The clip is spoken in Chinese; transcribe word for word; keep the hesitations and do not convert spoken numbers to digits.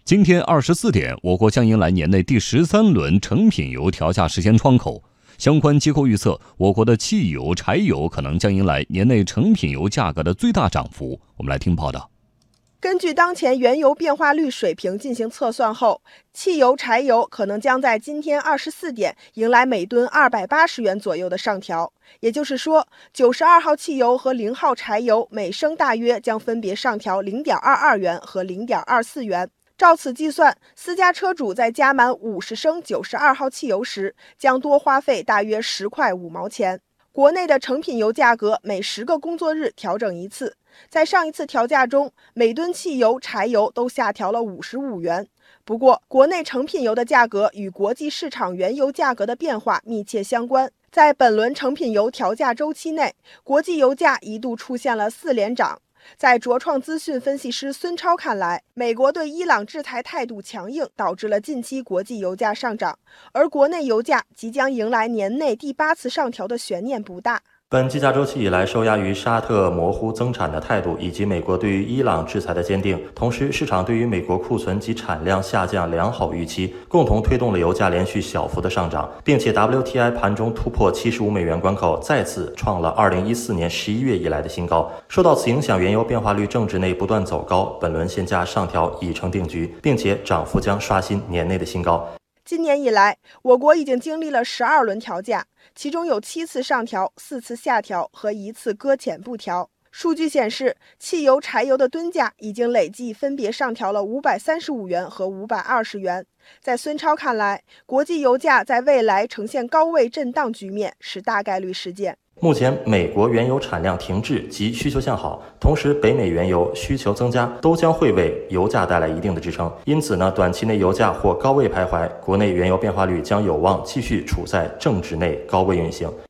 今天二十四点，我国将迎来年内第十三轮成品油调价时间窗口。相关机构预测，我国的汽油、柴油可能将迎来年内成品油价格的最大涨幅。我们来听报道。 根据当前原油变化率水平进行测算后，汽油、柴油可能将在今天二十四点迎来每吨二百八十元左右的上调。也就是说，九十二号汽油和零号柴油每升大约将分别上调零点二二元和零点二四元。照此计算，私家车主在加满五十升九十二号汽油时，将多花费大约十块五毛钱。国内的成品油价格每十个工作日调整一次，在上一次调价中，每吨汽油、柴油都下调了五十五元。不过，国内成品油的价格与国际市场原油价格的变化密切相关。在本轮成品油调价周期内，国际油价一度出现了四连涨。在卓创资讯分析师孙超看来，美国对伊朗制裁态度强硬，导致了近期国际油价上涨，而国内油价即将迎来年内第八次上调的悬念不大。 本计价周期以来，受压于沙特模糊增产的态度，以及美国对于伊朗制裁的坚定，同时市场对于美国库存及产量下降良好预期，共同推动了油价连续小幅的上涨，并且 W T I 盘中突破七十五美元关口，再次创了二零一四年十一月以来的新高。受到此影响，原油变化率正值内不断走高，本轮现价上调已成定局，并且涨幅将刷新年内的新高。 今年以来，我国已经经历了十二轮调价，其中有七次上调、四次下调和一次搁浅不调。数据显示，汽油、柴油的吨价已经累计分别上调了五百三十五元和五百二十元。在孙超看来，国际油价在未来呈现高位震荡局面是大概率事件。 目前，美国原油产量停滞及需求向好，同时北美原油需求增加，都将会为油价带来一定的支撑。因此呢，短期内油价或高位徘徊，国内原油变化率将有望继续处在正值内高位运行。